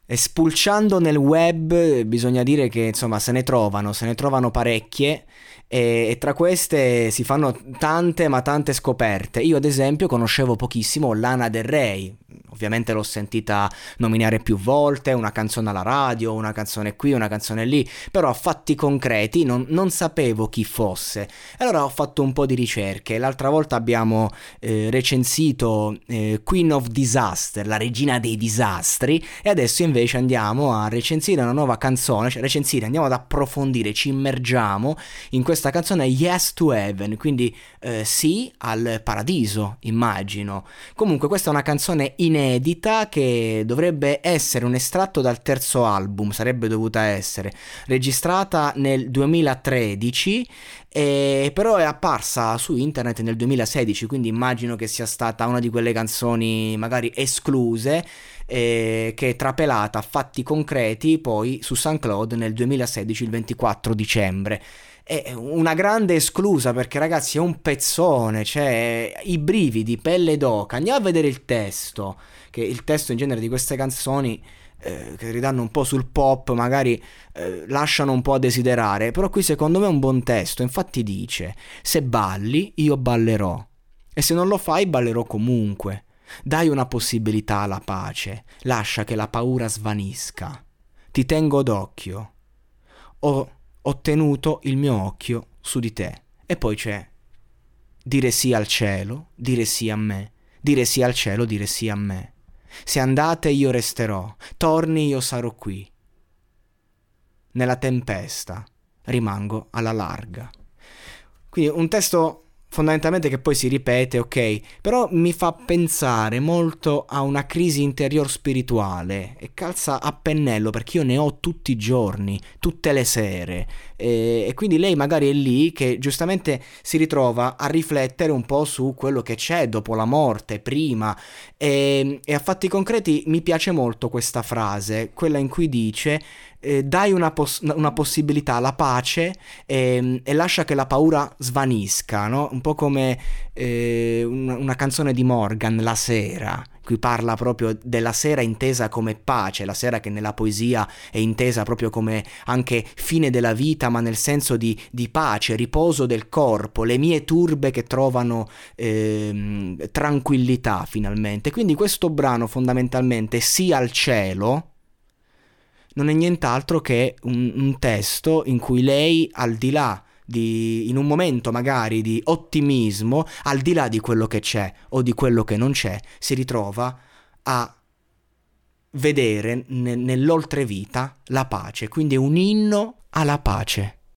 spulciando nel web bisogna dire che insomma se ne trovano parecchie e tra queste si fanno tante ma tante scoperte. Io ad esempio conoscevo pochissimo Lana Del Rey, ovviamente l'ho sentita nominare più volte, una canzone alla radio, una canzone qui, una canzone lì, però a fatti concreti non sapevo chi fosse. E allora ho fatto un po' di ricerche. L'altra volta abbiamo recensito Queen of Disaster, la regina dei disastri, e adesso invece andiamo a recensire una nuova canzone, cioè recensire, andiamo ad approfondire, ci immergiamo in questa canzone Yes to Heaven, quindi sì al paradiso, immagino. Comunque questa è una canzone inedita che dovrebbe essere un estratto dal terzo album, sarebbe dovuta essere registrata nel 2013, però è apparsa su internet nel 2016, quindi immagino che sia stata una di quelle canzoni magari escluse, che è trapelata a fatti concreti poi su SoundCloud nel 2016, il 24 dicembre. È una grande esclusa perché ragazzi è un pezzone, cioè i brividi, pelle d'oca. Andiamo a vedere il testo, che il testo in genere di queste canzoni che ridanno un po' sul pop magari lasciano un po' a desiderare, però qui secondo me è un buon testo. Infatti dice: se balli io ballerò e se non lo fai ballerò comunque. Dai una possibilità alla pace, lascia che la paura svanisca, ti tengo d'occhio, ho tenuto il mio occhio su di te. E poi c'è dire sì al cielo, dire sì a me, dire sì al cielo, dire sì a me. Se andate io resterò, torni io sarò qui. Nella tempesta rimango alla larga. Quindi un testo fondamentalmente che poi si ripete, ok, però mi fa pensare molto a una crisi interior spirituale e calza a pennello perché io ne ho tutti i giorni, tutte le sere, e quindi lei magari è lì che giustamente si ritrova a riflettere un po' su quello che c'è dopo la morte, prima, e a fatti concreti mi piace molto questa frase, quella in cui dice dai una possibilità alla pace, e lascia che la paura svanisca, no? Un po' come una canzone di Morgan, La sera, qui parla proprio della sera intesa come pace, la sera che nella poesia è intesa proprio come anche fine della vita, ma nel senso di pace, riposo del corpo, le mie turbe che trovano tranquillità finalmente. Quindi questo brano fondamentalmente Sì al cielo non è nient'altro che un testo in cui lei, al di là in un momento magari di ottimismo, al di là di quello che c'è o di quello che non c'è, si ritrova a vedere nell'oltrevita la pace, quindi è un inno alla pace.